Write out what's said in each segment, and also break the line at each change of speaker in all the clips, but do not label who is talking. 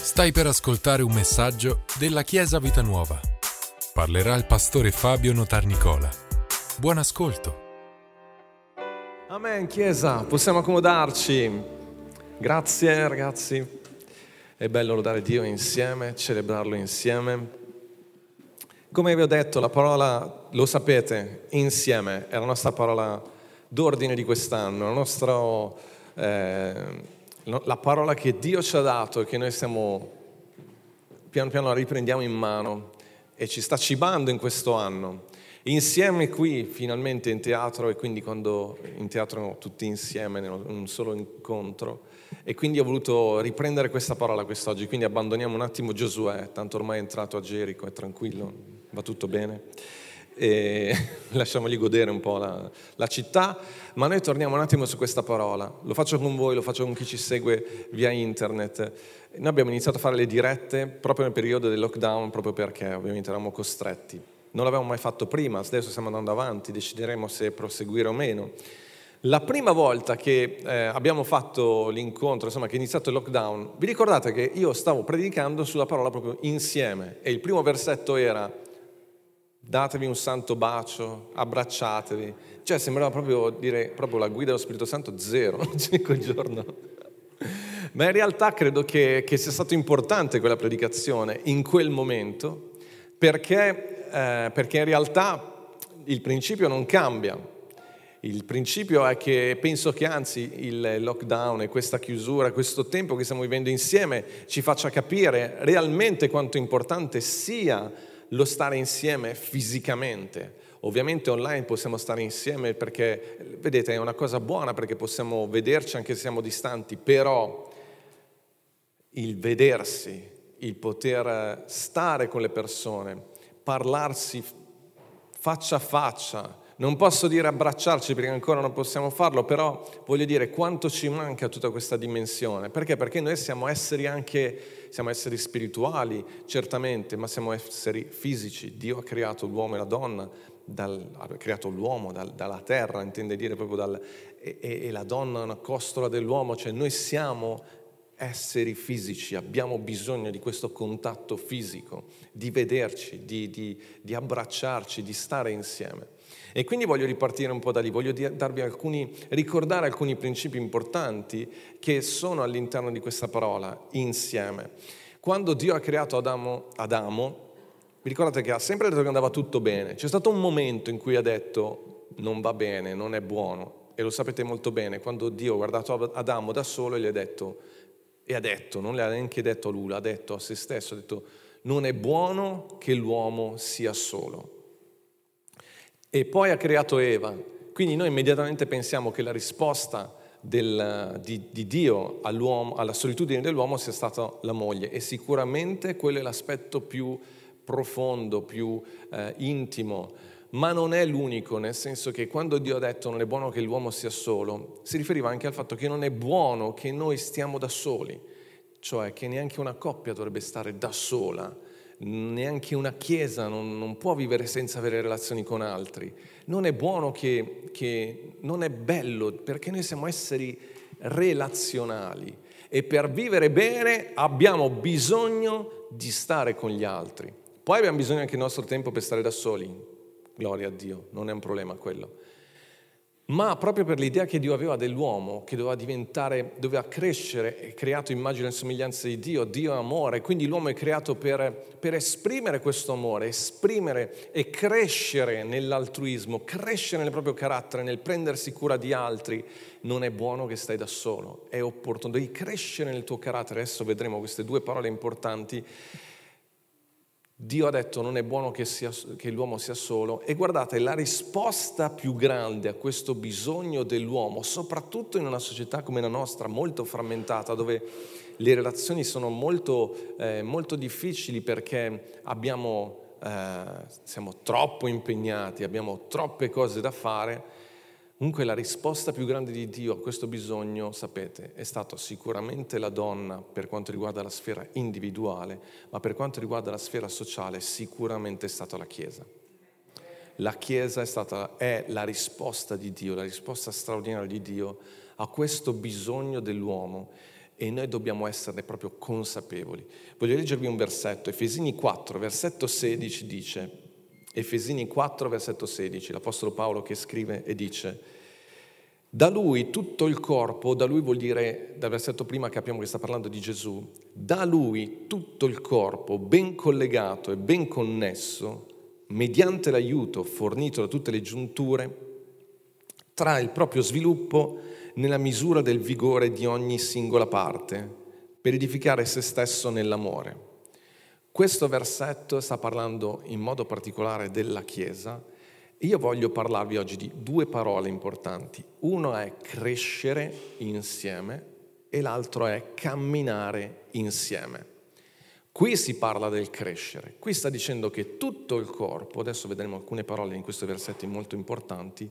Stai per ascoltare un messaggio della Chiesa Vita Nuova. Parlerà il pastore Fabio Notarnicola. Buon ascolto.
Amen, Chiesa, possiamo accomodarci. Grazie ragazzi, è bello lodare Dio insieme, celebrarlo insieme. Come vi ho detto, la parola, lo sapete, insieme, è la nostra parola d'ordine di quest'anno, la parola che Dio ci ha dato e che noi stiamo piano piano la riprendiamo in mano e ci sta cibando in questo anno. Insieme qui, finalmente in teatro, e quindi quando in teatro tutti insieme, in un solo incontro, e quindi ho voluto riprendere questa parola quest'oggi, quindi abbandoniamo un attimo Giosuè, tanto ormai è entrato a Gerico, è tranquillo, va tutto bene, e lasciamogli godere un po' la città, ma noi torniamo un attimo su questa parola. Lo faccio con voi, lo faccio con chi ci segue via internet. Noi abbiamo iniziato a fare le dirette proprio nel periodo del lockdown, proprio perché ovviamente eravamo costretti. Non l'avevamo mai fatto prima, adesso stiamo andando avanti, decideremo se proseguire o meno. La prima volta che abbiamo fatto l'incontro, insomma, che è iniziato il lockdown, vi ricordate che io stavo predicando sulla parola proprio insieme, e il primo versetto era: datevi un santo bacio, abbracciatevi. Cioè sembrava proprio dire proprio la guida dello Spirito Santo zero, quel giorno. Ma in realtà credo che sia stato importante quella predicazione in quel momento, perché in realtà il principio non cambia. Il principio è che penso che anzi il lockdown e questa chiusura, questo tempo che stiamo vivendo insieme ci faccia capire realmente quanto importante sia lo stare insieme fisicamente. Ovviamente online possiamo stare insieme perché, vedete, è una cosa buona perché possiamo vederci anche se siamo distanti, però il vedersi, il poter stare con le persone, parlarsi faccia a faccia, non posso dire abbracciarci perché ancora non possiamo farlo, però voglio dire quanto ci manca tutta questa dimensione. Perché? Perché noi siamo esseri spirituali, certamente, ma siamo esseri fisici. Dio ha creato l'uomo e la donna, ha creato l'uomo dalla terra, intende dire proprio e la donna è una costola dell'uomo, cioè noi siamo esseri fisici, abbiamo bisogno di questo contatto fisico, di vederci, di abbracciarci, di stare insieme. E quindi voglio ripartire un po' da lì, voglio ricordare alcuni principi importanti che sono all'interno di questa parola, insieme. Quando Dio ha creato Adamo, vi ricordate che ha sempre detto che andava tutto bene. C'è stato un momento in cui ha detto non va bene, non è buono, e lo sapete molto bene, quando Dio ha guardato Adamo da solo e gli ha detto, non le ha neanche detto a lui, l'ha detto a se stesso, ha detto non è buono che l'uomo sia solo. E poi ha creato Eva, quindi noi immediatamente pensiamo che la risposta di Dio all'uomo, alla solitudine dell'uomo sia stata la moglie, e sicuramente quello è l'aspetto più profondo, più intimo, ma non è l'unico, nel senso che quando Dio ha detto non è buono che l'uomo sia solo, si riferiva anche al fatto che non è buono che noi stiamo da soli, cioè che neanche una coppia dovrebbe stare da sola, neanche una chiesa non può vivere senza avere relazioni con altri. Non è buono non è bello, perché noi siamo esseri relazionali e per vivere bene abbiamo bisogno di stare con gli altri. Poi abbiamo bisogno anche del nostro tempo per stare da soli, gloria a Dio, non è un problema quello. Ma proprio per l'idea che Dio aveva dell'uomo, che doveva crescere, è creato immagine e somiglianza di Dio, Dio è amore, quindi l'uomo è creato per esprimere questo amore, esprimere e crescere nell'altruismo, crescere nel proprio carattere, nel prendersi cura di altri. Non è buono che stai da solo, è opportuno, devi crescere nel tuo carattere. Adesso vedremo queste due parole importanti. Dio ha detto non è buono che l'uomo sia solo, e guardate, la risposta più grande a questo bisogno dell'uomo, soprattutto in una società come la nostra, molto frammentata, dove le relazioni sono molto, molto difficili perché siamo troppo impegnati, abbiamo troppe cose da fare. Comunque la risposta più grande di Dio a questo bisogno, sapete, è stata sicuramente la donna per quanto riguarda la sfera individuale, ma per quanto riguarda la sfera sociale sicuramente è stata la Chiesa. La Chiesa è la risposta di Dio, la risposta straordinaria di Dio a questo bisogno dell'uomo. e noi dobbiamo esserne proprio consapevoli. Voglio leggervi un versetto, Efesini 4, versetto 16 dice, Efesini 4, versetto 16, l'Apostolo Paolo che scrive e dice: da lui tutto il corpo, da lui vuol dire, dal versetto prima capiamo che sta parlando di Gesù, da lui tutto il corpo, ben collegato e ben connesso, mediante l'aiuto fornito da tutte le giunture, trae il proprio sviluppo nella misura del vigore di ogni singola parte, per edificare se stesso nell'amore. Questo versetto sta parlando in modo particolare della Chiesa. Io voglio parlarvi oggi di due parole importanti. Uno è crescere insieme e l'altro è camminare insieme. Qui si parla del crescere. Qui sta dicendo che tutto il corpo, adesso vedremo alcune parole in questi versetti molto importanti,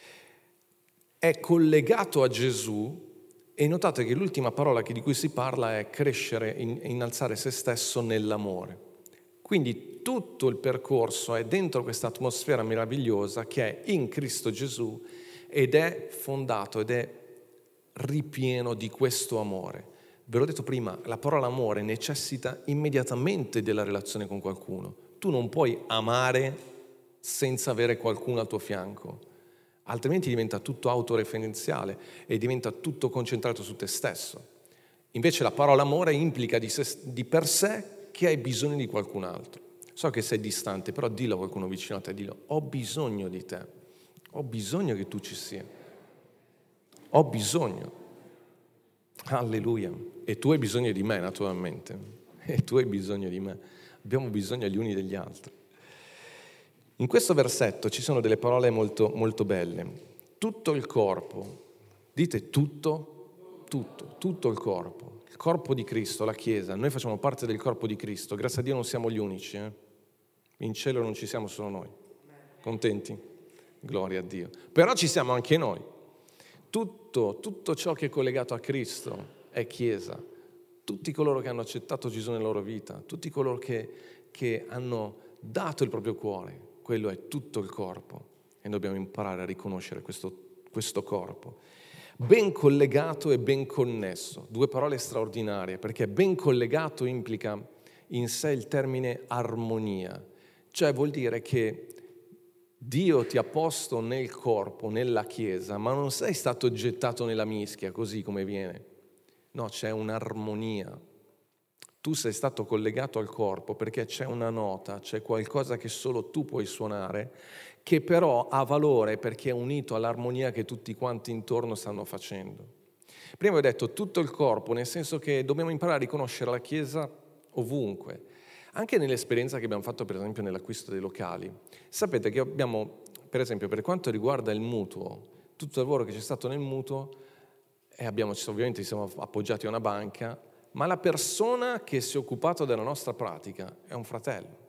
è collegato a Gesù, e notate che l'ultima parola di cui si parla è crescere, innalzare se stesso nell'amore. Quindi tutto il percorso è dentro questa atmosfera meravigliosa che è in Cristo Gesù ed è fondato ed è ripieno di questo amore. Ve l'ho detto prima, la parola amore necessita immediatamente della relazione con qualcuno. Tu non puoi amare senza avere qualcuno al tuo fianco, altrimenti diventa tutto autoreferenziale e diventa tutto concentrato su te stesso. Invece la parola amore implica di per sé che hai bisogno di qualcun altro. So che sei distante, però dillo a qualcuno vicino a te, dillo: ho bisogno di te, ho bisogno che tu ci sia, ho bisogno. Alleluia. E tu hai bisogno di me, naturalmente, e tu hai bisogno di me. Abbiamo bisogno gli uni degli altri. In questo versetto ci sono delle parole molto, molto belle. Tutto il corpo, dite tutto il corpo di Cristo, la Chiesa. Noi facciamo parte del corpo di Cristo, grazie a Dio non siamo gli unici. In cielo non ci siamo solo noi. Contenti? Gloria a Dio. Però ci siamo anche noi. Tutto ciò che è collegato a Cristo è Chiesa. Tutti coloro che hanno accettato Gesù nella loro vita, tutti coloro che hanno dato il proprio cuore, quello è tutto il corpo e dobbiamo imparare a riconoscere questo corpo. Ben collegato e ben connesso, due parole straordinarie, perché ben collegato implica in sé il termine armonia, cioè vuol dire che Dio ti ha posto nel corpo, nella Chiesa, ma non sei stato gettato nella mischia così come viene. No, c'è un'armonia. Tu sei stato collegato al corpo perché c'è una nota, c'è qualcosa che solo tu puoi suonare, che però ha valore perché è unito all'armonia che tutti quanti intorno stanno facendo. Prima ho detto tutto il corpo, nel senso che dobbiamo imparare a riconoscere la Chiesa ovunque. Anche nell'esperienza che abbiamo fatto, per esempio, nell'acquisto dei locali. Sapete che abbiamo, per esempio, per quanto riguarda il mutuo, tutto il lavoro che c'è stato nel mutuo, ovviamente ci siamo appoggiati a una banca, ma la persona che si è occupata della nostra pratica è un fratello.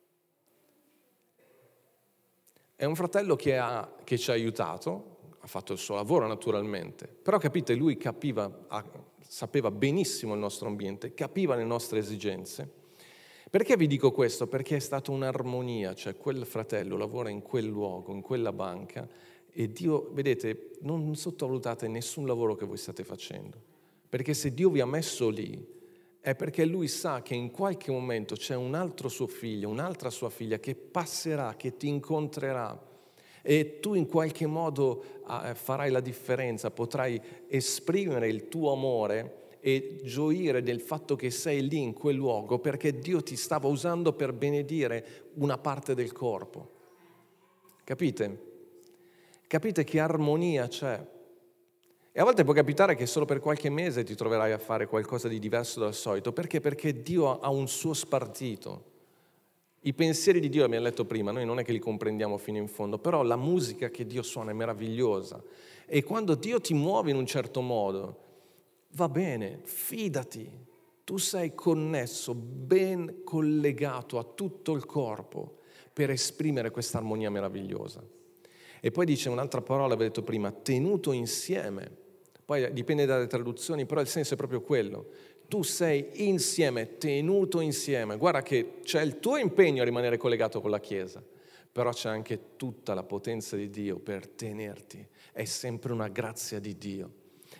È un fratello che ci ha aiutato, ha fatto il suo lavoro naturalmente, però capite, lui sapeva benissimo il nostro ambiente, capiva le nostre esigenze. Perché vi dico questo? Perché è stata un'armonia, cioè quel fratello lavora in quel luogo, in quella banca, e Dio, vedete, non sottovalutate nessun lavoro che voi state facendo, perché se Dio vi ha messo lì è perché Lui sa che in qualche momento c'è un altro suo figlio, un'altra sua figlia che passerà, che ti incontrerà, e tu in qualche modo farai la differenza, potrai esprimere il tuo amore e gioire del fatto che sei lì in quel luogo perché Dio ti stava usando per benedire una parte del corpo. Capite? Capite che armonia c'è? E a volte può capitare che solo per qualche mese ti troverai a fare qualcosa di diverso dal solito. Perché? Perché Dio ha un suo spartito. I pensieri di Dio, abbiamo letto prima, noi non è che li comprendiamo fino in fondo, però la musica che Dio suona è meravigliosa. E quando Dio ti muove in un certo modo, va bene, fidati, tu sei connesso, ben collegato a tutto il corpo per esprimere questa armonia meravigliosa. E poi dice un'altra parola, avevo detto prima, tenuto insieme. Poi dipende dalle traduzioni, però il senso è proprio quello. Tu sei insieme, tenuto insieme. Guarda che c'è il tuo impegno a rimanere collegato con la Chiesa, però c'è anche tutta la potenza di Dio per tenerti. È sempre una grazia di Dio.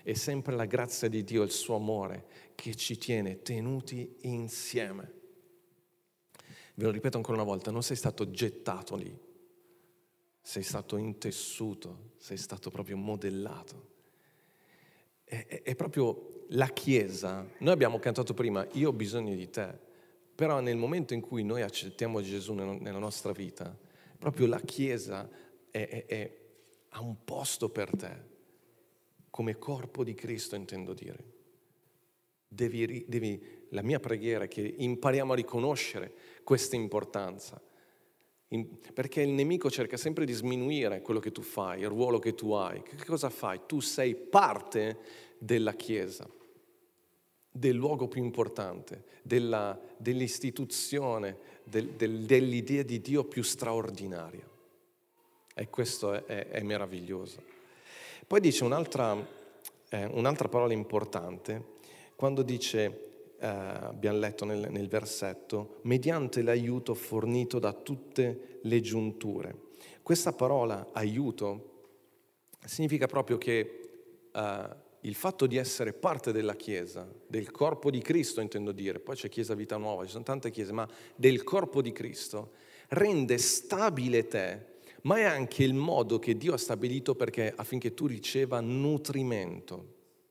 È sempre la grazia di Dio, il suo amore, che ci tiene tenuti insieme. Ve lo ripeto ancora una volta, non sei stato gettato lì, sei stato intessuto, sei stato proprio modellato. È proprio la Chiesa. Noi abbiamo cantato prima, io ho bisogno di te, però nel momento in cui noi accettiamo Gesù nella nostra vita, proprio la Chiesa ha un posto per te, come corpo di Cristo intendo dire. La mia preghiera è che impariamo a riconoscere questa importanza, perché il nemico cerca sempre di sminuire quello che tu fai, il ruolo che tu hai. Che cosa fai? Tu sei parte della Chiesa, del luogo più importante, dell'istituzione, dell'idea di Dio più straordinaria. E questo è meraviglioso. Poi dice un'altra parola importante, quando dice, abbiamo letto nel versetto, mediante l'aiuto fornito da tutte le giunture. Questa parola aiuto significa proprio che il fatto di essere parte della Chiesa, del corpo di Cristo intendo dire, poi c'è Chiesa Vita Nuova, ci sono tante chiese, ma del corpo di Cristo, rende stabile te, ma è anche il modo che Dio ha stabilito affinché tu riceva nutrimento,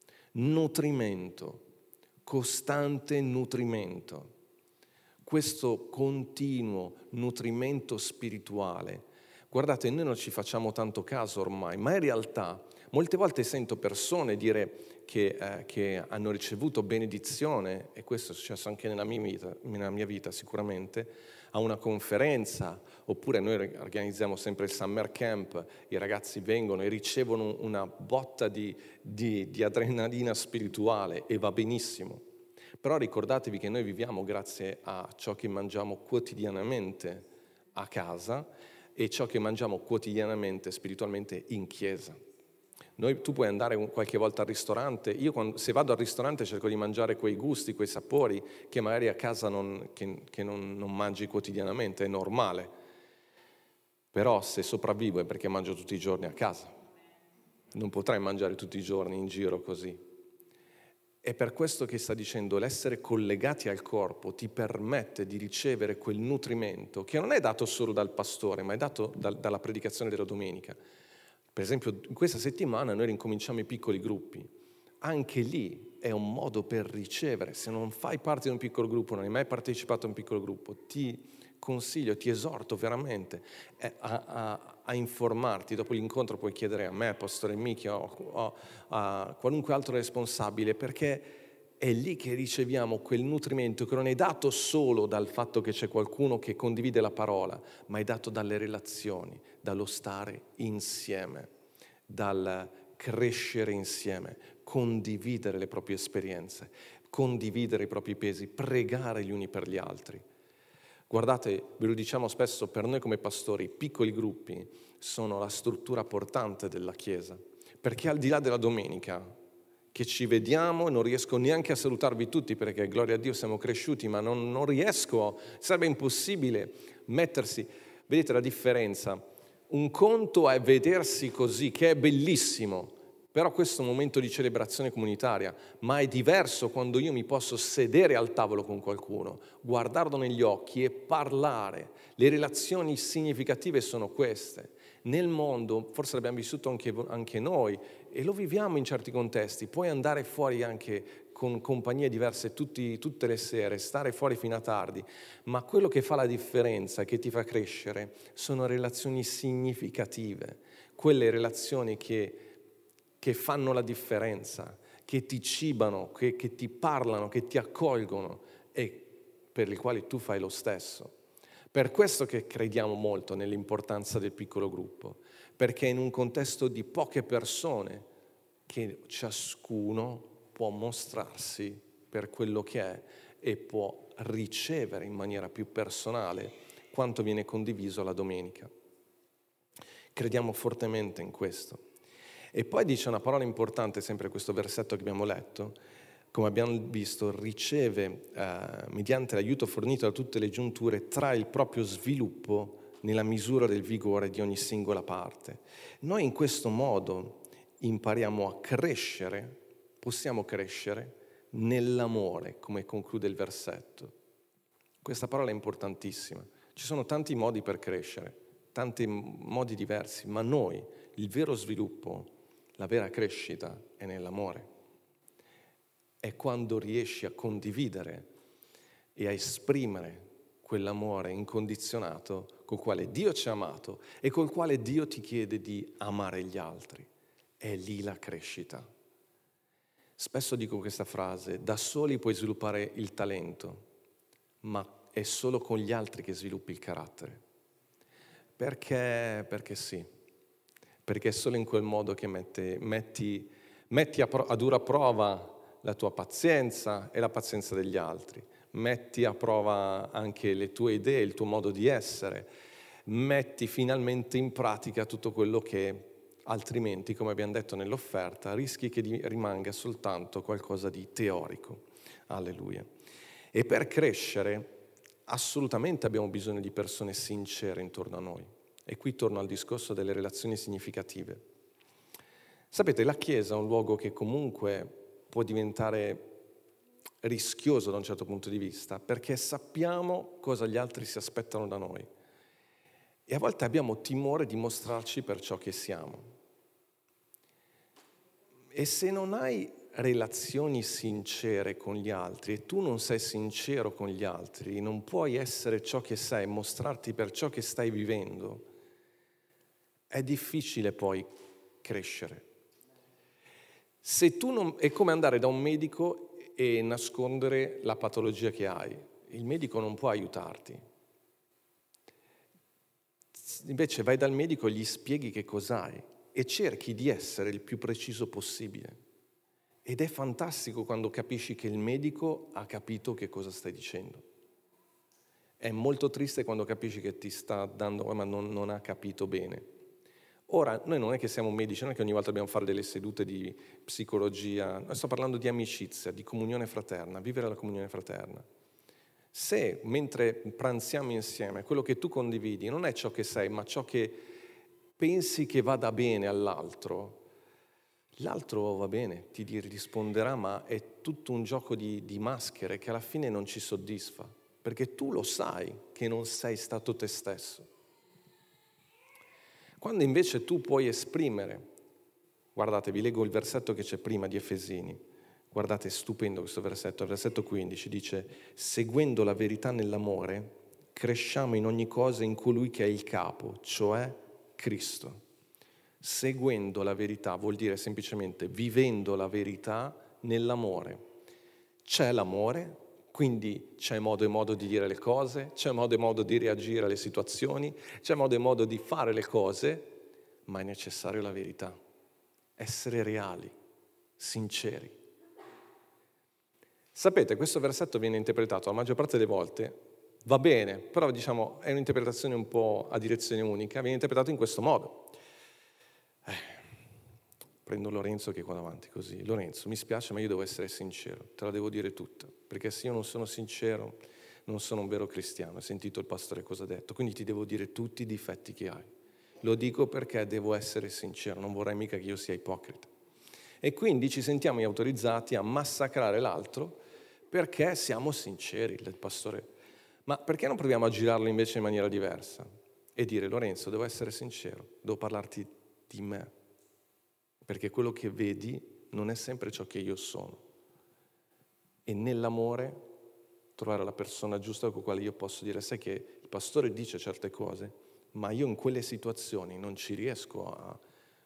costante nutrimento. Questo continuo nutrimento spirituale. Guardate, noi non ci facciamo tanto caso ormai, ma in realtà molte volte sento persone dire che hanno ricevuto benedizione, e questo è successo anche nella mia vita sicuramente, a una conferenza, oppure noi organizziamo sempre il summer camp, i ragazzi vengono e ricevono una botta di adrenalina spirituale e va benissimo. Però ricordatevi che noi viviamo grazie a ciò che mangiamo quotidianamente a casa e ciò che mangiamo quotidianamente, spiritualmente in chiesa. Tu puoi andare qualche volta al ristorante, io se vado al ristorante cerco di mangiare quei gusti, quei sapori che magari a casa non mangi quotidianamente, è normale. Però se sopravvivo è perché mangio tutti i giorni a casa, non potrai mangiare tutti i giorni in giro così. È per questo che sta dicendo, l'essere collegati al corpo ti permette di ricevere quel nutrimento che non è dato solo dal pastore, ma è dato dalla predicazione della domenica. Per esempio, in questa settimana noi ricominciamo i piccoli gruppi. Anche lì è un modo per ricevere. Se non fai parte di un piccolo gruppo, non hai mai partecipato a un piccolo gruppo, ti consiglio, ti esorto veramente a informarti. Dopo l'incontro puoi chiedere a me, a Pastore Michi, o a qualunque altro responsabile, perché è lì che riceviamo quel nutrimento che non è dato solo dal fatto che c'è qualcuno che condivide la parola, ma è dato dalle relazioni, dallo stare insieme, dal crescere insieme, condividere le proprie esperienze, condividere i propri pesi, pregare gli uni per gli altri. Guardate, ve lo diciamo spesso, per noi come pastori, i piccoli gruppi sono la struttura portante della Chiesa, perché al di là della domenica, che ci vediamo, non riesco neanche a salutarvi tutti perché, gloria a Dio, siamo cresciuti, ma non riesco, sarebbe impossibile mettersi. Vedete la differenza? Un conto è vedersi così, che è bellissimo, però questo è un momento di celebrazione comunitaria, ma è diverso quando io mi posso sedere al tavolo con qualcuno, guardarlo negli occhi e parlare. Le relazioni significative sono queste. Nel mondo, forse l'abbiamo vissuto anche noi, e lo viviamo in certi contesti, puoi andare fuori anche con compagnie diverse tutte le sere, stare fuori fino a tardi, ma quello che fa la differenza, che ti fa crescere, sono relazioni significative, quelle relazioni che fanno la differenza, che ti cibano, che ti parlano, che ti accolgono e per le quali tu fai lo stesso. Per questo che crediamo molto nell'importanza del piccolo gruppo, perché in un contesto di poche persone che ciascuno può mostrarsi per quello che è e può ricevere in maniera più personale quanto viene condiviso la domenica. Crediamo fortemente in questo. E poi dice una parola importante, sempre questo versetto che abbiamo letto, come abbiamo visto, riceve mediante l'aiuto fornito da tutte le giunture, trae il proprio sviluppo nella misura del vigore di ogni singola parte. Noi in questo modo impariamo a crescere possiamo crescere nell'amore, come conclude il versetto. Questa parola è importantissima. Ci sono tanti modi per crescere, tanti modi diversi, ma noi, il vero sviluppo, la vera crescita è nell'amore. È quando riesci a condividere e a esprimere quell'amore incondizionato col quale Dio ci ha amato e col quale Dio ti chiede di amare gli altri. È lì la crescita. Spesso dico questa frase: da soli puoi sviluppare il talento, ma è solo con gli altri che sviluppi il carattere. Perché sì. Perché è solo in quel modo che metti a dura prova la tua pazienza e la pazienza degli altri. Metti a prova anche le tue idee, il tuo modo di essere. Metti finalmente in pratica tutto quello che altrimenti, come abbiamo detto nell'offerta, rischi che rimanga soltanto qualcosa di teorico. Alleluia. E per crescere assolutamente abbiamo bisogno di persone sincere intorno a noi. E qui torno al discorso delle relazioni significative. Sapete, la Chiesa è un luogo che comunque può diventare rischioso da un certo punto di vista, perché sappiamo cosa gli altri si aspettano da noi. E a volte abbiamo timore di mostrarci per ciò che siamo. E se non hai relazioni sincere con gli altri e tu non sei sincero con gli altri, non puoi essere ciò che sei, mostrarti per ciò che stai vivendo, è difficile poi crescere. Se tu non, è come andare da un medico e nascondere la patologia che hai. Il medico non può aiutarti. Invece vai dal medico e gli spieghi che cos'hai e cerchi di essere il più preciso possibile. Ed è fantastico quando capisci che il medico ha capito che cosa stai dicendo. È molto triste quando capisci che ti sta dando, ma non ha capito bene. Ora, noi non è che siamo medici, non è che ogni volta dobbiamo fare delle sedute di psicologia, noi sto parlando di amicizia, di comunione fraterna, vivere la comunione fraterna. Se mentre pranziamo insieme quello che tu condividi non è ciò che sei, ma ciò che pensi che vada bene all'altro, l'altro va bene, ti risponderà, ma è tutto un gioco di maschere che alla fine non ci soddisfa, perché tu lo sai che non sei stato te stesso. Quando invece tu puoi esprimere, guardate, vi leggo il versetto che c'è prima di Efesini, guardate, è stupendo questo versetto, il versetto 15 dice: seguendo la verità nell'amore, cresciamo in ogni cosa in colui che è il capo, cioè Cristo. Seguendo la verità vuol dire semplicemente vivendo la verità nell'amore. C'è l'amore, quindi c'è modo e modo di dire le cose, c'è modo e modo di reagire alle situazioni, c'è modo e modo di fare le cose, ma è necessario la verità. Essere reali, sinceri. Sapete, questo versetto viene interpretato la maggior parte delle volte, va bene, però diciamo è un'interpretazione un po' a direzione unica, viene interpretato in questo modo. Prendo Lorenzo che è qua davanti così. Lorenzo, mi spiace ma io devo essere sincero, te la devo dire tutta, perché se io non sono sincero non sono un vero cristiano. Hai sentito il pastore cosa ha detto, quindi ti devo dire tutti i difetti che hai. Lo dico perché devo essere sincero, non vorrei mica che io sia ipocrita. E quindi ci sentiamo autorizzati a massacrare l'altro perché siamo sinceri, il pastore. Ma perché non proviamo a girarlo invece in maniera diversa e dire: Lorenzo, devo essere sincero, devo parlarti di me, perché quello che vedi non è sempre ciò che io sono. E nell'amore trovare la persona giusta con la quale io posso dire: sai che il pastore dice certe cose, ma io in quelle situazioni non ci riesco a...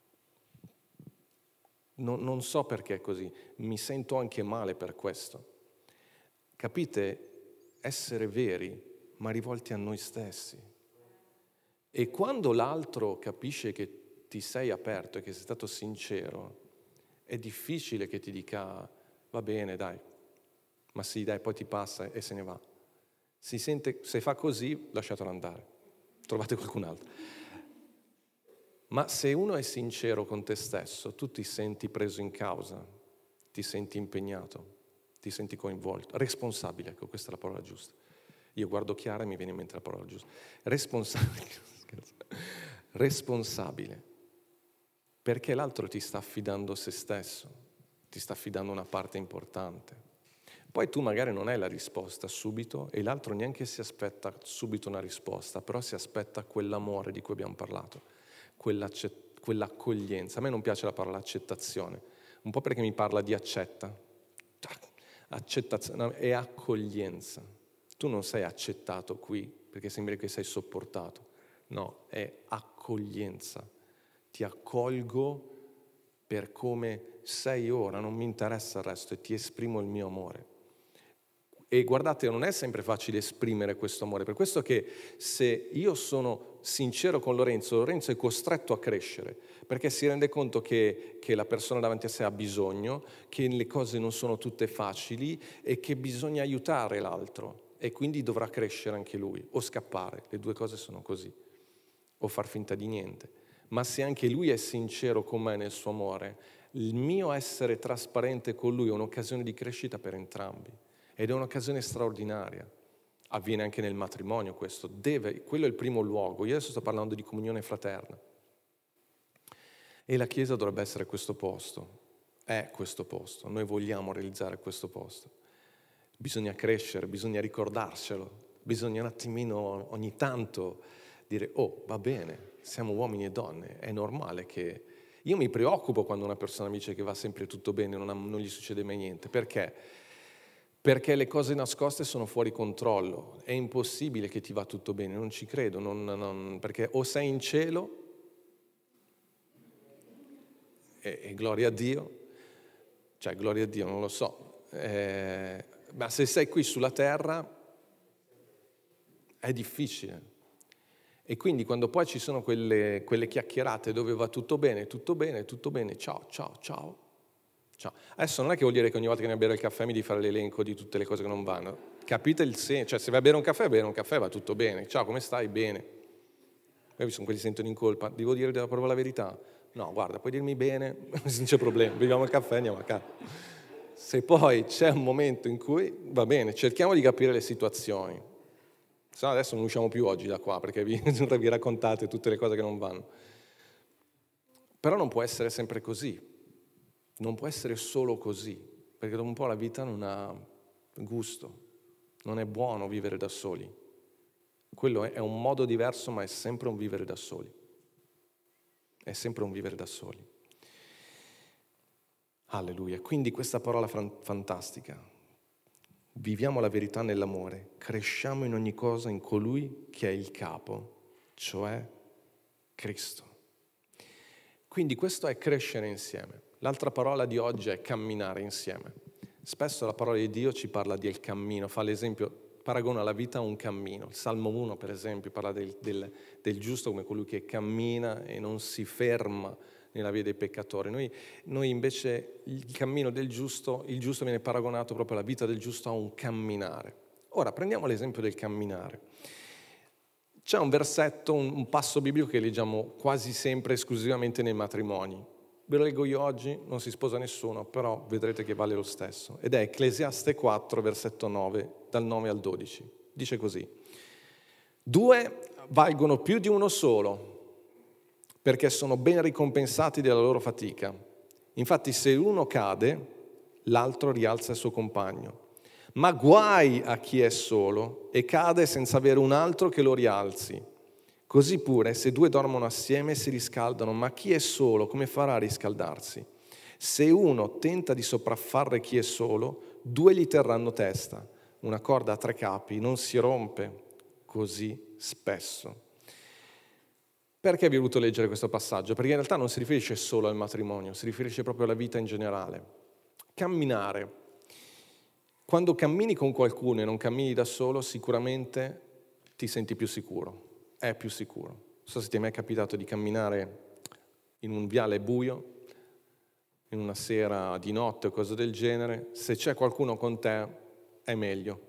Non so perché è così, mi sento anche male per questo. Capite? Essere veri, ma rivolti a noi stessi. E quando l'altro capisce che ti sei aperto e che sei stato sincero, è difficile che ti dica: va bene, dai, ma sì, dai, poi ti passa e se ne va. Si sente, se fa così, lasciatelo andare, trovate qualcun altro. Ma se uno è sincero con te stesso, tu ti senti preso in causa, ti senti impegnato, ti senti coinvolto, responsabile, ecco, questa è la parola giusta. Io guardo Chiara e mi viene in mente la parola giusta. Responsabile. Perché l'altro ti sta affidando se stesso. ti sta affidando una parte importante. Poi tu magari non hai la risposta subito e l'altro neanche si aspetta subito una risposta, però si aspetta quell'amore di cui abbiamo parlato, quell'accoglienza. A me non piace la parola accettazione, un po' perché mi parla di accettazione e accoglienza. Tu non sei accettato qui perché sembra che sei sopportato, no, è accoglienza. Ti accolgo per come sei ora, non mi interessa il resto e ti esprimo il mio amore. E guardate, non è sempre facile esprimere questo amore, per questo che se io sono sincero con Lorenzo è costretto a crescere, perché si rende conto che la persona davanti a sé ha bisogno, che le cose non sono tutte facili e che bisogna aiutare l'altro e quindi dovrà crescere anche lui, o scappare, le due cose sono così, o far finta di niente. Ma se anche lui è sincero con me nel suo amore, il mio essere trasparente con lui è un'occasione di crescita per entrambi. Ed è un'occasione straordinaria. Avviene anche nel matrimonio questo. Quello è il primo luogo. Io adesso sto parlando di comunione fraterna. E la Chiesa dovrebbe essere questo posto. È questo posto. Noi vogliamo realizzare questo posto. Bisogna crescere, bisogna ricordarcelo. Bisogna un attimino ogni tanto dire, oh, va bene, siamo uomini e donne. È normale che... Io mi preoccupo quando una persona mi dice che va sempre tutto bene, non gli succede mai niente. Perché? Perché le cose nascoste sono fuori controllo, è impossibile che ti va tutto bene, non ci credo, perché o sei in cielo, e gloria a Dio, cioè gloria a Dio, non lo so, ma se sei qui sulla terra è difficile. E quindi quando poi ci sono quelle chiacchierate dove va tutto bene, ciao, ciao, ciao. Ciao. Adesso non è che vuol dire che ogni volta che ne bere il caffè mi devi fare l'elenco di tutte le cose che non vanno. Capite il senso? Cioè se vai a bere un caffè, va tutto bene. Ciao, come stai? Bene. Poi sono quelli che sentono in colpa. Devo dire proprio la verità? No, guarda, puoi dirmi bene, non c'è problema. Beviamo il caffè e andiamo a casa. Se poi c'è un momento in cui, va bene, cerchiamo di capire le situazioni. Se no adesso non usciamo più oggi da qua, perché vi raccontate tutte le cose che non vanno. Però non può essere sempre così. Non può essere solo così, perché dopo un po' la vita non ha gusto, non è buono vivere da soli. Quello è un modo diverso, ma è sempre un vivere da soli. È sempre un vivere da soli. Alleluia. Quindi questa parola fantastica. Viviamo la verità nell'amore, cresciamo in ogni cosa in colui che è il capo, cioè Cristo. Quindi questo è crescere insieme. L'altra parola di oggi è camminare insieme. Spesso la parola di Dio ci parla del cammino, fa l'esempio, paragona la vita a un cammino. Il Salmo 1, per esempio, parla del giusto come colui che cammina e non si ferma nella via dei peccatori. Noi invece il cammino del giusto, il giusto viene paragonato proprio alla vita del giusto a un camminare. Ora, prendiamo l'esempio del camminare. C'è un versetto, un passo biblico che leggiamo quasi sempre esclusivamente nei matrimoni. Ve lo leggo io oggi, non si sposa nessuno, però vedrete che vale lo stesso. Ed è Ecclesiaste 4, versetto 9, dal 9 al 12. Dice così: 2 valgono più di uno solo, perché sono ben ricompensati della loro fatica. Infatti se uno cade, l'altro rialza il suo compagno. Ma guai a chi è solo e cade senza avere un altro che lo rialzi. Così pure, se 2 dormono assieme si riscaldano, ma chi è solo come farà a riscaldarsi? Se uno tenta di sopraffare chi è solo, 2 gli terranno testa. Una corda a 3 capi non si rompe così spesso. Perché vi ho voluto leggere questo passaggio? Perché in realtà non si riferisce solo al matrimonio, si riferisce proprio alla vita in generale. Camminare. Quando cammini con qualcuno e non cammini da solo, sicuramente ti senti più sicuro. È più sicuro. Non so se ti è mai capitato di camminare in un viale buio, in una sera di notte o cose del genere. Se c'è qualcuno con te è meglio.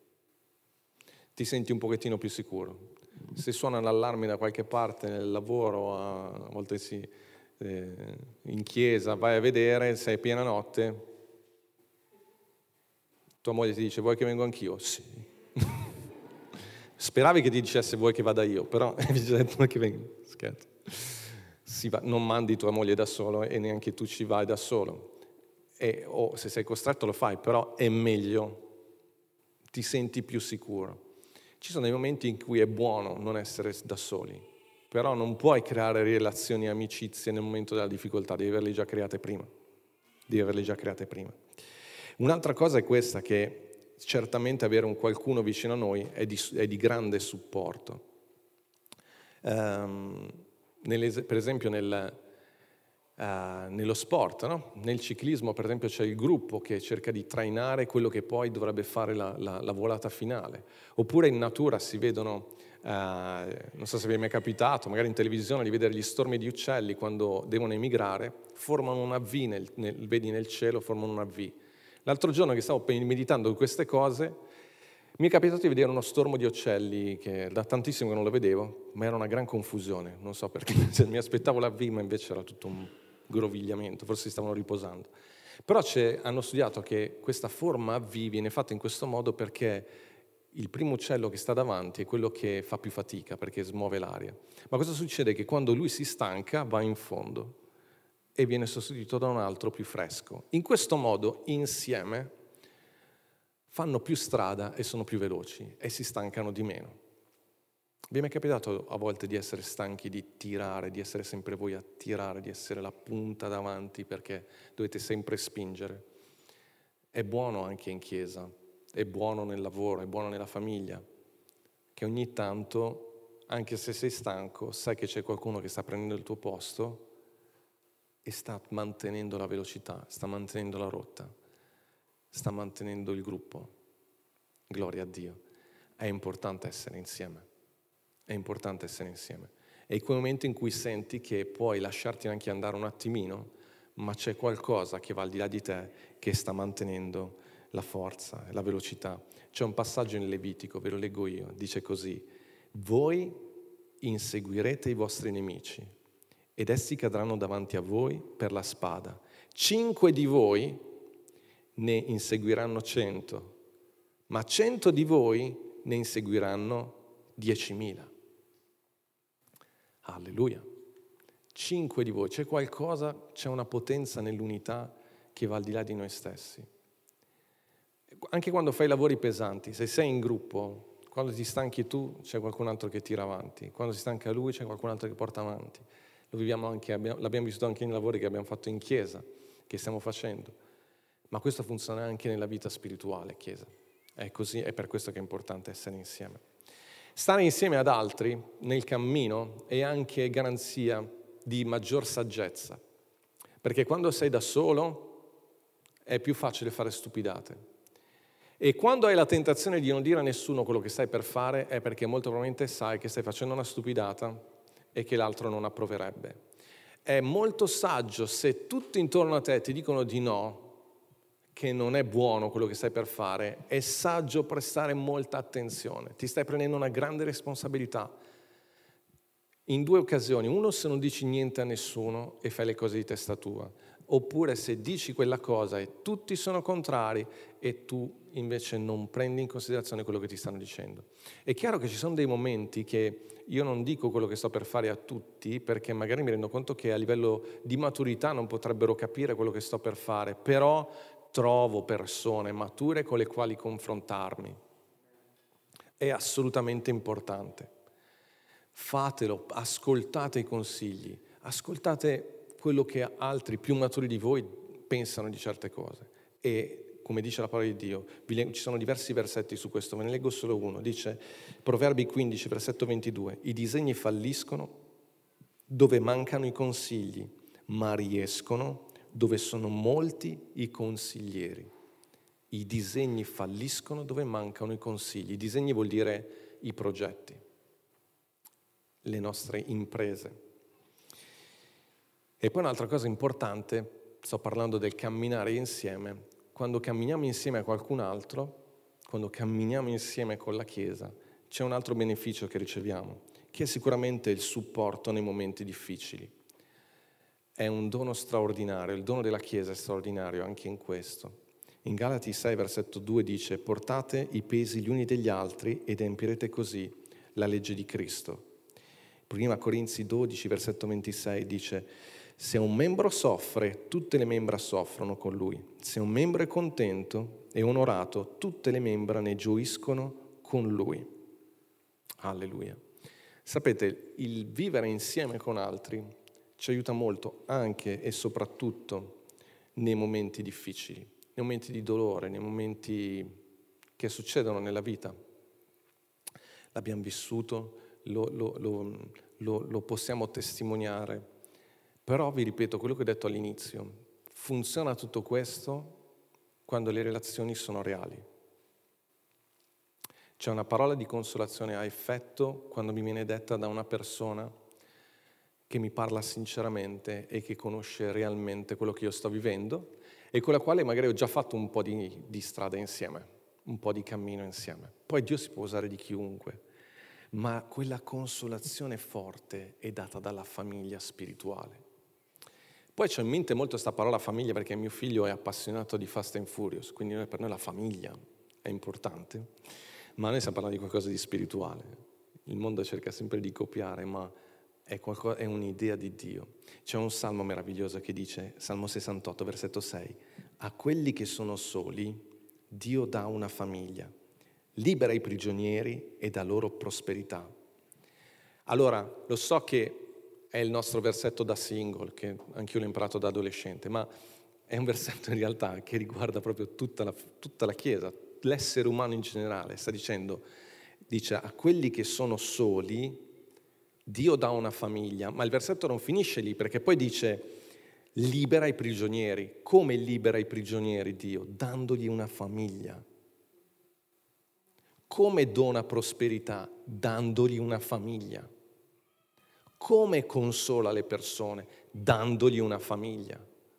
Ti senti un pochettino più sicuro. Se suona l'allarme da qualche parte nel lavoro, a volte in chiesa, vai a vedere, sei piena notte, tua moglie ti dice: vuoi che vengo anch'io? Sì. Speravi che ti dicesse vuoi che vada io, però vuoi che venga. Scherzo. Non mandi tua moglie da solo e neanche tu ci vai da solo. o se sei costretto lo fai, però è meglio, ti senti più sicuro. Ci sono dei momenti in cui è buono non essere da soli, però non puoi creare relazioni e amicizie nel momento della difficoltà, devi averle già create prima. Un'altra cosa è questa, che certamente avere un qualcuno vicino a noi è di grande supporto. Per esempio nello sport, no? Nel ciclismo per esempio c'è il gruppo che cerca di trainare quello che poi dovrebbe fare la volata finale, oppure in natura si vedono, non so se vi è mai capitato, magari in televisione, di vedere gli stormi di uccelli quando devono emigrare, formano una V, vedi nel cielo, formano una V. L'altro giorno che stavo meditando su queste cose mi è capitato di vedere uno stormo di uccelli che da tantissimo che non lo vedevo, ma era una gran confusione, non so perché, mi aspettavo la V, ma invece era tutto un grovigliamento, forse si stavano riposando. Però hanno studiato che questa forma V viene fatta in questo modo perché il primo uccello che sta davanti è quello che fa più fatica perché smuove l'aria. Ma cosa succede? Che quando lui si stanca va in fondo e viene sostituito da un altro più fresco. In questo modo, insieme, fanno più strada e sono più veloci e si stancano di meno. Vi è mai capitato a volte di essere stanchi di tirare, di essere sempre voi a tirare, di essere la punta davanti perché dovete sempre spingere? È buono anche in chiesa, è buono nel lavoro, è buono nella famiglia, che ogni tanto, anche se sei stanco, sai che c'è qualcuno che sta prendendo il tuo posto e sta mantenendo la velocità, sta mantenendo la rotta, sta mantenendo il gruppo. Gloria a Dio. È importante essere insieme. È importante essere insieme. E quei momenti in cui senti che puoi lasciarti anche andare un attimino, ma c'è qualcosa che va al di là di te che sta mantenendo la forza, la velocità. C'è un passaggio in Levitico, ve lo leggo io, dice così: voi inseguirete i vostri nemici ed essi cadranno davanti a voi per la spada. 5 di voi ne inseguiranno 100, ma 100 di voi ne inseguiranno 10.000. Alleluia. 5 di voi. C'è qualcosa, c'è una potenza nell'unità che va al di là di noi stessi. Anche quando fai lavori pesanti, se sei in gruppo, quando ti stanchi tu c'è qualcun altro che tira avanti, quando si stanca lui c'è qualcun altro che porta avanti. Lo viviamo anche, l'abbiamo vissuto anche nei lavori che abbiamo fatto in chiesa, che stiamo facendo. Ma questo funziona anche nella vita spirituale, chiesa. È così, è per questo che è importante essere insieme. Stare insieme ad altri nel cammino è anche garanzia di maggior saggezza, perché quando sei da solo è più facile fare stupidate. E quando hai la tentazione di non dire a nessuno quello che stai per fare è perché molto probabilmente sai che stai facendo una stupidata e che l'altro non approverebbe. È molto saggio se tutti intorno a te ti dicono di no, che non è buono quello che stai per fare, è saggio prestare molta attenzione. Ti stai prendendo una grande responsabilità in 2 occasioni. Uno, se non dici niente a nessuno e fai le cose di testa tua, oppure se dici quella cosa e tutti sono contrari e tu invece non prendi in considerazione quello che ti stanno dicendo. È chiaro che ci sono dei momenti che io non dico quello che sto per fare a tutti, perché magari mi rendo conto che a livello di maturità non potrebbero capire quello che sto per fare, però trovo persone mature con le quali confrontarmi. È assolutamente importante. Fatelo, ascoltate i consigli, ascoltate quello che altri più maturi di voi pensano di certe cose. E come dice la parola di Dio, ci sono diversi versetti su questo, ve ne leggo solo uno. Dice, Proverbi 15, versetto 22, i disegni falliscono dove mancano i consigli, ma riescono dove sono molti i consiglieri. I disegni falliscono dove mancano i consigli. I disegni vuol dire i progetti, le nostre imprese. E poi un'altra cosa importante, sto parlando del camminare insieme, quando camminiamo insieme a qualcun altro, quando camminiamo insieme con la Chiesa, c'è un altro beneficio che riceviamo, che è sicuramente il supporto nei momenti difficili. È un dono straordinario, il dono della Chiesa è straordinario anche in questo. In Galati 6, versetto 2 dice, portate i pesi gli uni degli altri ed empirete così la legge di Cristo. Prima Corinzi 12, versetto 26 dice, Se un membro soffre, tutte le membra soffrono con lui. Se un membro è contento e onorato, tutte le membra ne gioiscono con lui. Alleluia. Sapete, il vivere insieme con altri ci aiuta molto anche e soprattutto nei momenti difficili, nei momenti di dolore, nei momenti che succedono nella vita. L'abbiamo vissuto, lo possiamo testimoniare, però vi ripeto quello che ho detto all'inizio, funziona tutto questo quando le relazioni sono reali. C'è una parola di consolazione a effetto quando mi viene detta da una persona che mi parla sinceramente e che conosce realmente quello che io sto vivendo e con la quale magari ho già fatto un po' di strada insieme, un po' di cammino insieme. Poi Dio si può usare di chiunque, ma quella consolazione forte è data dalla famiglia spirituale. Poi c'ho in mente molto questa parola famiglia perché mio figlio è appassionato di Fast and Furious, quindi per noi la famiglia è importante, ma noi stiamo parlando di qualcosa di spirituale. Il mondo cerca sempre di copiare, ma è un'idea di Dio. C'è un salmo meraviglioso che dice, Salmo 68, versetto 6, a quelli che sono soli Dio dà una famiglia, libera i prigionieri e dà loro prosperità. Allora, lo so che è il nostro versetto da single, che anch'io l'ho imparato da adolescente, ma è un versetto in realtà che riguarda proprio tutta la Chiesa, l'essere umano in generale. Dice a quelli che sono soli Dio dà una famiglia, ma il versetto non finisce lì, perché poi dice libera i prigionieri. Come libera i prigionieri Dio? Dandogli una famiglia. Come dona prosperità? Dandogli una famiglia. Come consola le persone? Dandogli una famiglia.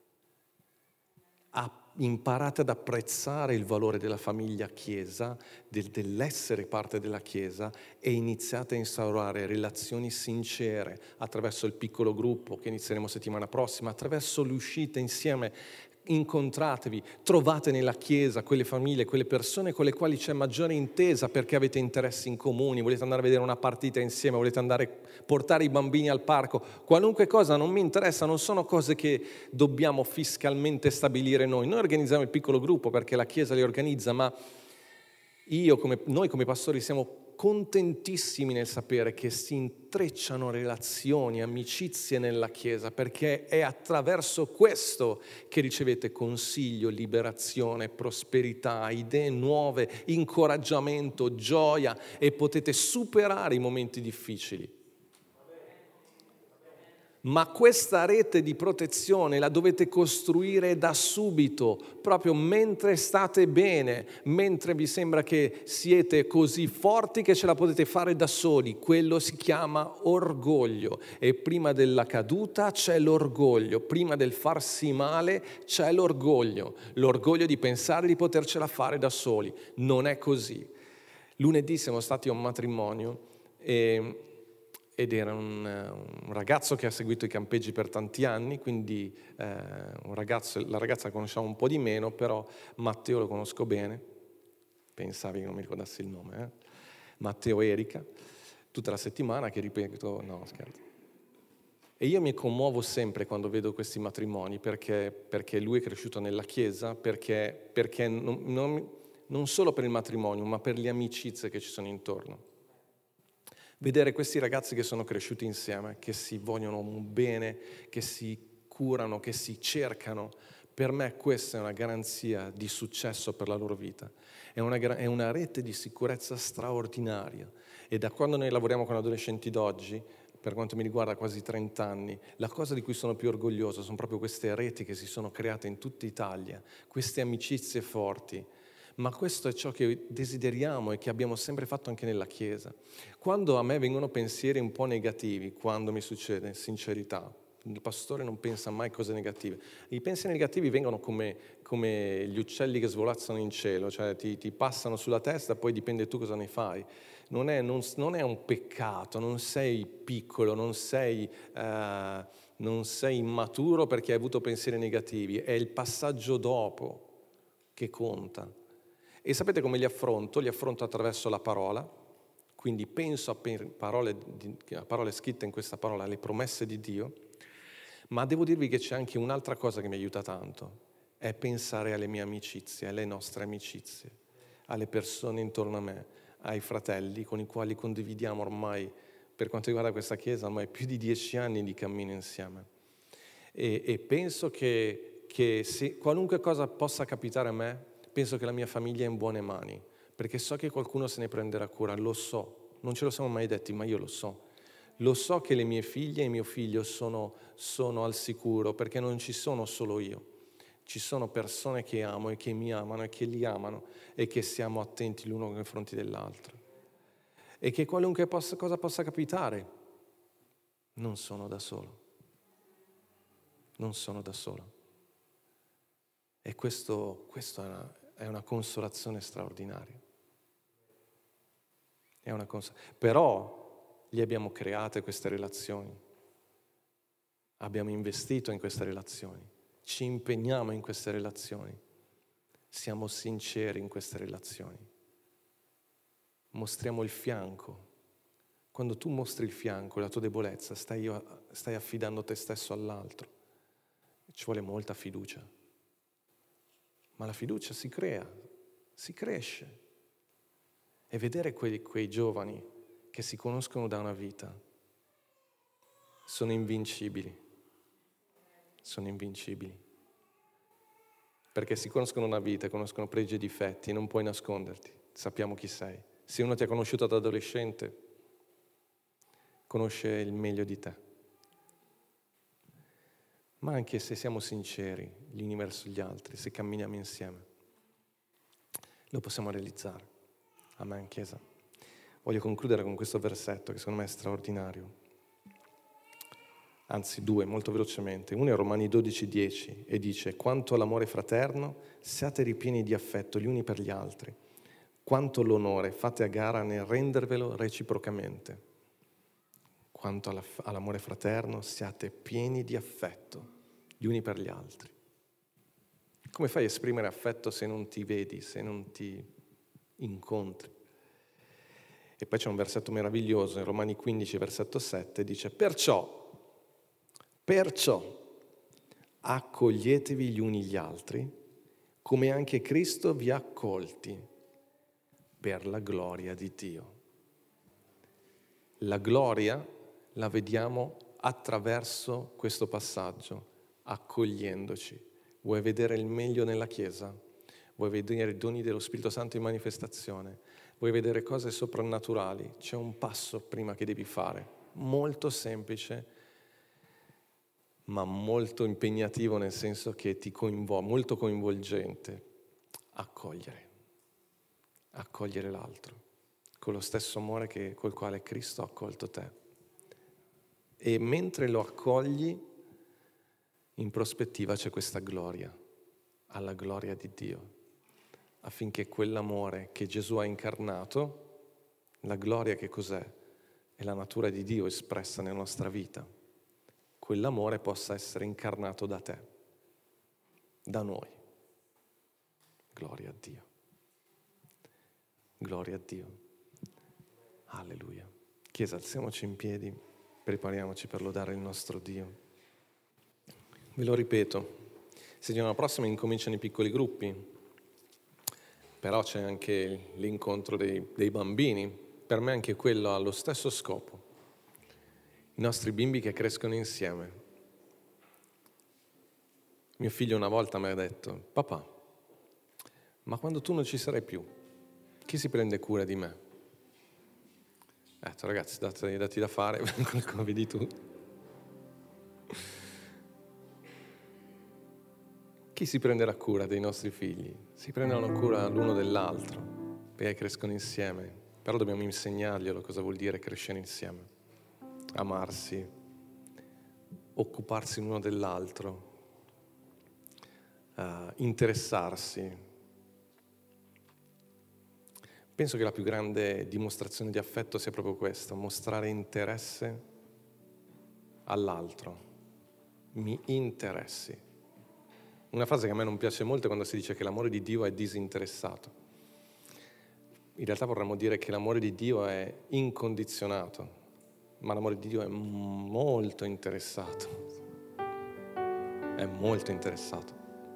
Imparate ad apprezzare il valore della famiglia Chiesa, dell'essere parte della Chiesa e iniziate a instaurare relazioni sincere attraverso il piccolo gruppo che inizieremo settimana prossima, attraverso le uscite insieme. Incontratevi, trovate nella Chiesa quelle famiglie, quelle persone con le quali c'è maggiore intesa perché avete interessi in comuni, volete andare a vedere una partita insieme, volete andare a portare i bambini al parco, qualunque cosa non mi interessa, non sono cose che dobbiamo fiscalmente stabilire noi organizziamo il piccolo gruppo perché la Chiesa li organizza, ma noi come pastori siamo contentissimi nel sapere che si intrecciano relazioni, amicizie nella Chiesa, perché è attraverso questo che ricevete consiglio, liberazione, prosperità, idee nuove, incoraggiamento, gioia e potete superare i momenti difficili. Ma questa rete di protezione la dovete costruire da subito, proprio mentre state bene, mentre vi sembra che siete così forti che ce la potete fare da soli. Quello si chiama orgoglio e prima della caduta c'è l'orgoglio, prima del farsi male c'è l'orgoglio di pensare di potercela fare da soli. Non è così. Lunedì siamo stati a un matrimonio ed era un ragazzo che ha seguito i campeggi per tanti anni, quindi la ragazza la conosciamo un po' di meno, però Matteo lo conosco bene, pensavi che non mi ricordassi il nome, Matteo e Erika, tutta la settimana che ripeto, no scherzo. E io mi commuovo sempre quando vedo questi matrimoni, perché lui è cresciuto nella Chiesa, perché non solo per il matrimonio, ma per le amicizie che ci sono intorno. Vedere questi ragazzi che sono cresciuti insieme, che si vogliono un bene, che si curano, che si cercano, per me questa è una garanzia di successo per la loro vita. È una rete di sicurezza straordinaria. E da quando noi lavoriamo con adolescenti d'oggi, per quanto mi riguarda quasi 30 anni, la cosa di cui sono più orgoglioso sono proprio queste reti che si sono create in tutta Italia, queste amicizie forti. Ma questo è ciò che desideriamo e che abbiamo sempre fatto anche nella Chiesa. Quando a me vengono pensieri un po' negativi, quando mi succede, sincerità, il pastore non pensa mai cose negative. I pensieri negativi vengono come gli uccelli che svolazzano in cielo, cioè ti passano sulla testa, poi dipende tu cosa ne fai. Non è un peccato, non sei piccolo, non sei immaturo perché hai avuto pensieri negativi, è il passaggio dopo che conta. E sapete come li affronto? Li affronto attraverso la parola, quindi penso a parole scritte in questa parola, alle promesse di Dio, Ma devo dirvi che c'è anche un'altra cosa che mi aiuta tanto, è pensare alle mie amicizie, alle nostre amicizie, alle persone intorno a me, ai fratelli con i quali condividiamo ormai, per quanto riguarda questa Chiesa, ormai più di 10 anni di cammino insieme. E penso che se qualunque cosa possa capitare a me, penso che la mia famiglia è in buone mani, perché so che qualcuno se ne prenderà cura, lo so, non ce lo siamo mai detti, ma io lo so. Lo so che le mie figlie e mio figlio sono al sicuro, perché non ci sono solo io. Ci sono persone che amo e che mi amano e che li amano e che siamo attenti l'uno nei confronti dell'altro. E che qualunque cosa possa capitare, non sono da solo. Non sono da solo. E questo è una consolazione straordinaria. Però li abbiamo create queste relazioni, abbiamo investito in queste relazioni, ci impegniamo in queste relazioni, siamo sinceri in queste relazioni, mostriamo il fianco. Quando tu mostri il fianco, la tua debolezza, stai affidando te stesso all'altro. Ci vuole molta fiducia, ma la fiducia si crea, si cresce. E vedere quei giovani che si conoscono da una vita sono invincibili, perché si conoscono una vita, conoscono pregi e difetti, non puoi nasconderti, sappiamo chi sei. Se uno ti ha conosciuto da adolescente, conosce il meglio di te. Ma anche se siamo sinceri gli uni verso gli altri, se camminiamo insieme, lo possiamo realizzare. Amen, Chiesa. Voglio concludere con questo versetto che secondo me è straordinario. Anzi, 2, molto velocemente. Uno è Romani 12,10 e dice: quanto all'amore fraterno, siate ripieni di affetto gli uni per gli altri. Quanto all'onore, fate a gara nel rendervelo reciprocamente. Quanto all'amore fraterno, siate pieni di affetto gli uni per gli altri. Come fai a esprimere affetto se non ti vedi, se non ti incontri? E poi c'è un versetto meraviglioso in Romani 15, versetto 7, dice: perciò accoglietevi gli uni gli altri, come anche Cristo vi ha accolti per la gloria di Dio. La gloria la vediamo attraverso questo passaggio, accogliendoci. Vuoi vedere il meglio nella Chiesa? Vuoi vedere i doni dello Spirito Santo in manifestazione? Vuoi vedere cose soprannaturali? C'è un passo prima che devi fare, molto semplice, ma molto impegnativo, nel senso che ti molto coinvolgente. Accogliere l'altro, con lo stesso amore col quale Cristo ha accolto te. E mentre lo accogli, in prospettiva c'è questa gloria, alla gloria di Dio, affinché quell'amore che Gesù ha incarnato, la gloria che cos'è? È la natura di Dio espressa nella nostra vita. Quell'amore possa essere incarnato da te, da noi. Gloria a Dio. Gloria a Dio. Alleluia. Chiesa, alziamoci in piedi, prepariamoci per lodare il nostro Dio. Ve lo ripeto, settimana prossima incominciano i piccoli gruppi, però c'è anche l'incontro dei bambini. Per me anche quello ha lo stesso scopo. I nostri bimbi che crescono insieme. Mio figlio una volta mi ha detto: papà, ma quando tu non ci sarai più, chi si prende cura di me? Ho detto: ragazzi, dati da fare, come vedi tu. Chi si prenderà cura dei nostri figli? Si prenderanno cura l'uno dell'altro, perché crescono insieme. Però dobbiamo insegnarglielo cosa vuol dire crescere insieme. Amarsi, occuparsi l'uno dell'altro, interessarsi. Penso che la più grande dimostrazione di affetto sia proprio questa: mostrare interesse all'altro. Mi interessi. Una frase che a me non piace molto è quando si dice che l'amore di Dio è disinteressato. In realtà vorremmo dire che l'amore di Dio è incondizionato, ma l'amore di Dio è molto interessato. è molto interessato.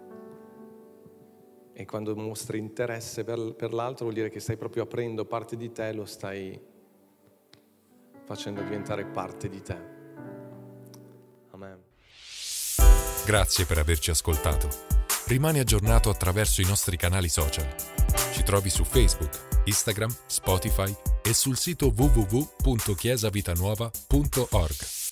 E quando mostri interesse per l'altro vuol dire che stai proprio aprendo parte di te, lo stai facendo diventare parte di te. Amen.
Grazie per averci ascoltato. Rimani aggiornato attraverso i nostri canali social. Ci trovi su Facebook, Instagram, Spotify e sul sito www.chiesavitanuova.org.